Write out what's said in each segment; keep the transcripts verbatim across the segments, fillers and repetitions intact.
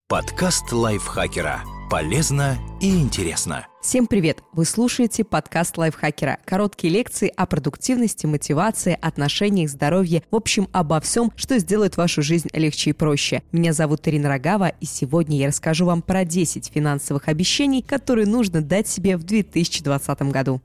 Подкаст лайфхакера. Полезно и интересно. Всем привет! Вы слушаете подкаст лайфхакера. Короткие лекции о продуктивности, мотивации, отношениях, здоровье. В общем, обо всем, что сделает вашу жизнь легче и проще. Меня зовут Ирина Рогава, и сегодня я расскажу вам про десять финансовых обещаний, которые нужно дать себе в две тысячи двадцатом году.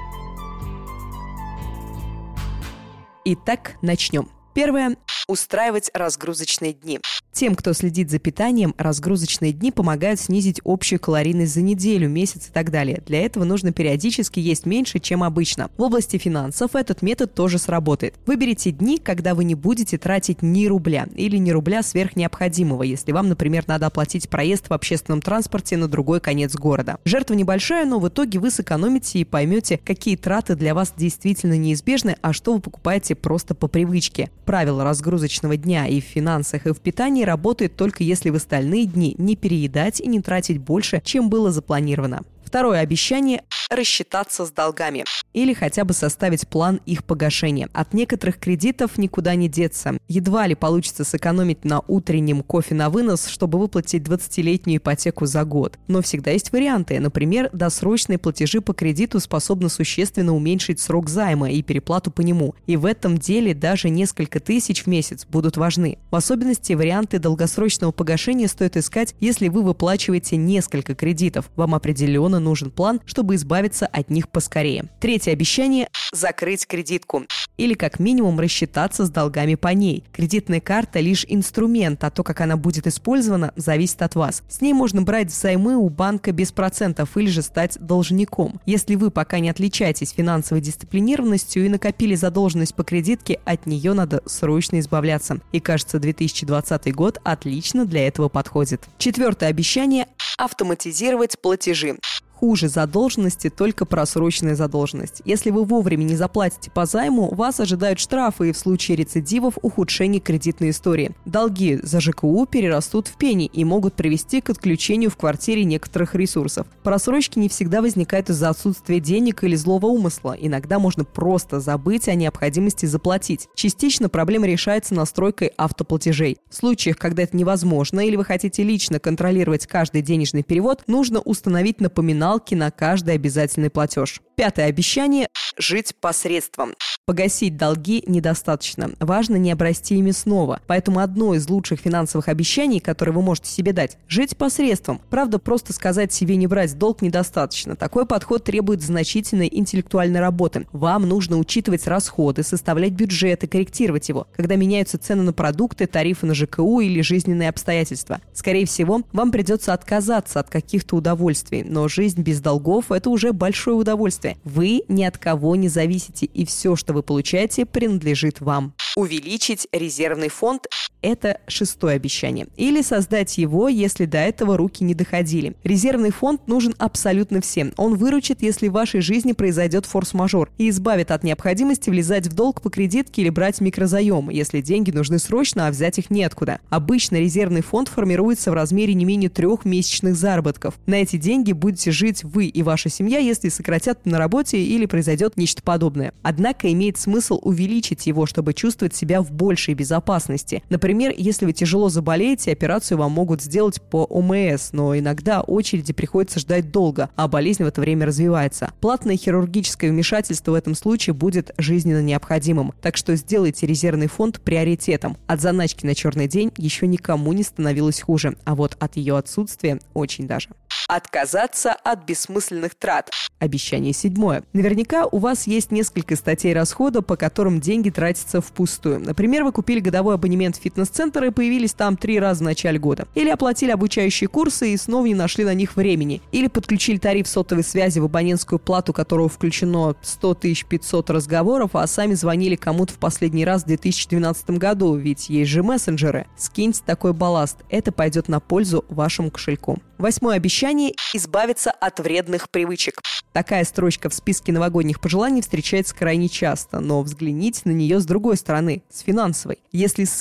Итак, начнем. Первое. Устраивать разгрузочные дни. Тем, кто следит за питанием, разгрузочные дни помогают снизить общую калорийность за неделю, месяц и так далее. Для этого нужно периодически есть меньше, чем обычно. В области финансов этот метод тоже сработает. Выберите дни, когда вы не будете тратить ни рубля или ни рубля сверх необходимого, если вам, например, надо оплатить проезд в общественном транспорте на другой конец города. Жертва небольшая, но в итоге вы сэкономите и поймете, какие траты для вас действительно неизбежны, а что вы покупаете просто по привычке. Правило разгрузочного дня и в финансах, и в питании работает только если в остальные дни не переедать и не тратить больше, чем было запланировано. Второе обещание – рассчитаться с долгами или хотя бы составить план их погашения. От некоторых кредитов никуда не деться. Едва ли получится сэкономить на утреннем кофе на вынос, чтобы выплатить двадцатилетнюю ипотеку за год. Но всегда есть варианты. Например, досрочные платежи по кредиту способны существенно уменьшить срок займа и переплату по нему. И в этом деле даже несколько тысяч в месяц будут важны. В особенности варианты долгосрочного погашения стоит искать, если вы выплачиваете несколько кредитов. Вам определенно нужен план, чтобы избавиться от них поскорее. Третье обещание – закрыть кредитку. Или как минимум рассчитаться с долгами по ней. Кредитная карта – лишь инструмент, а то, как она будет использована, зависит от вас. С ней можно брать взаймы у банка без процентов или же стать должником. Если вы пока не отличаетесь финансовой дисциплинированностью и накопили задолженность по кредитке, от нее надо срочно избавляться. И кажется, две тысячи двадцатый год отлично для этого подходит. Четвертое обещание – автоматизировать платежи. Хуже задолженности только просроченная задолженность. Если вы вовремя не заплатите по займу, вас ожидают штрафы и в случае рецидивов ухудшение кредитной истории. Долги за ЖКУ перерастут в пени и могут привести к отключению в квартире некоторых ресурсов. Просрочки не всегда возникают из-за отсутствия денег или злого умысла. Иногда можно просто забыть о необходимости заплатить. Частично проблема решается настройкой автоплатежей. В случаях, когда это невозможно или вы хотите лично контролировать каждый денежный перевод, нужно установить напоминалки на каждый обязательный платеж. Пятое обещание – жить посредством. Погасить долги недостаточно. Важно не обрасти ими снова. Поэтому одно из лучших финансовых обещаний, которые вы можете себе дать – жить посредством. Правда, просто сказать себе не брать долг недостаточно. Такой подход требует значительной интеллектуальной работы. Вам нужно учитывать расходы, составлять бюджет и корректировать его, когда меняются цены на продукты, тарифы на ЖКУ или жизненные обстоятельства. Скорее всего, вам придется отказаться от каких-то удовольствий, но жизнь без долгов – это уже большое удовольствие. Вы ни от кого не зависите, и все, что вы получаете, принадлежит вам. Увеличить резервный фонд – это шестое обещание. Или создать его, если до этого руки не доходили. Резервный фонд нужен абсолютно всем. Он выручит, если в вашей жизни произойдет форс-мажор, и избавит от необходимости влезать в долг по кредитке или брать микрозаем, если деньги нужны срочно, а взять их неоткуда. Обычно резервный фонд формируется в размере не менее трех месячных заработков. На эти деньги будете жить вы и ваша семья, если сократят на работе или произойдет нечто подобное. Однако имеет смысл увеличить его, чтобы чувствовать себя в большей безопасности. Например, если вы тяжело заболеете, операцию вам могут сделать по О М С, но иногда очереди приходится ждать долго, а болезнь в это время развивается. Платное хирургическое вмешательство в этом случае будет жизненно необходимым, так что сделайте резервный фонд приоритетом. От заначки на черный день еще никому не становилось хуже, а вот от ее отсутствия очень даже. Отказаться от бессмысленных трат. Обещание седьмое. Наверняка у вас есть несколько статей расхода, по которым деньги тратятся впустую. Например, вы купили годовой абонемент в фитнес-центр и появились там три раза в начале года. Или оплатили обучающие курсы и снова не нашли на них времени. Или подключили тариф сотовой связи в абонентскую плату, которого включено сто тысяч пятьсот разговоров, а сами звонили кому-то в последний раз в две тысячи двенадцатом году, ведь есть же мессенджеры. Скиньте такой балласт. Это пойдет на пользу вашему кошельку. Восьмое обещание – избавиться от вредных привычек. Такая строчка в списке новогодних пожеланий встречается крайне часто, но взгляните на нее с другой стороны, с финансовой. Если ссылки на исследования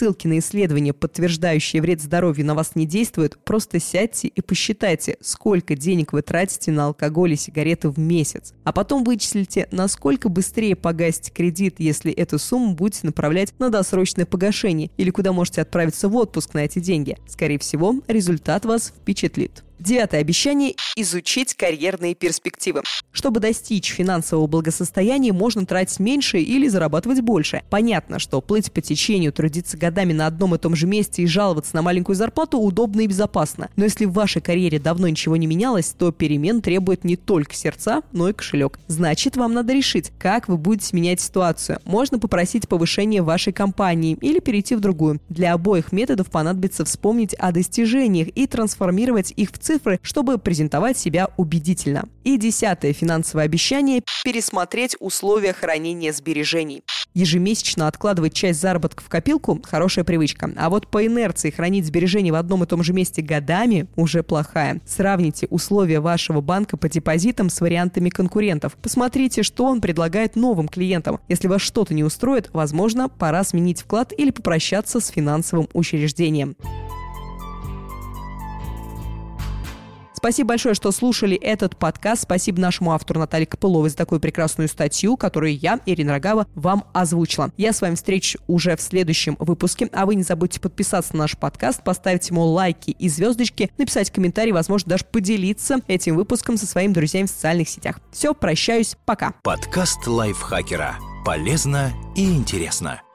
исследования, подтверждающие вред здоровью, на вас не действуют, просто сядьте и посчитайте, сколько денег вы тратите на алкоголь и сигареты в месяц. А потом вычислите, насколько быстрее погасить кредит, если эту сумму будете направлять на досрочное погашение, или куда можете отправиться в отпуск на эти деньги. Скорее всего, результат вас впечатлит. Девятое обещание – изучить карьерные перспективы. Чтобы достичь финансового благосостояния, можно тратить меньше или зарабатывать больше. Понятно, что плыть по течению, трудиться годами на одном и том же месте и жаловаться на маленькую зарплату удобно и безопасно. Но если в вашей карьере давно ничего не менялось, то перемен требует не только сердца, но и кошелек. Значит, вам надо решить, как вы будете менять ситуацию. Можно попросить повышения в вашей компании или перейти в другую. Для обоих методов понадобится вспомнить о достижениях и трансформировать их в цифры, цифры, чтобы презентовать себя убедительно. И десятое финансовое обещание – пересмотреть условия хранения сбережений. Ежемесячно откладывать часть заработка в копилку – хорошая привычка. А вот по инерции хранить сбережения в одном и том же месте годами – уже плохая. Сравните условия вашего банка по депозитам с вариантами конкурентов. Посмотрите, что он предлагает новым клиентам. Если вас что-то не устроит, возможно, пора сменить вклад или попрощаться с финансовым учреждением. Спасибо большое, что слушали этот подкаст. Спасибо нашему автору Наталье Копыловой за такую прекрасную статью, которую я, Ирина Рогава, вам озвучила. Я с вами встречусь уже в следующем выпуске, а вы не забудьте подписаться на наш подкаст, поставить ему лайки и звездочки, написать комментарий, возможно, даже поделиться этим выпуском со своими друзьями в социальных сетях. Все, прощаюсь, пока. Подкаст лайфхакера. Полезно и интересно.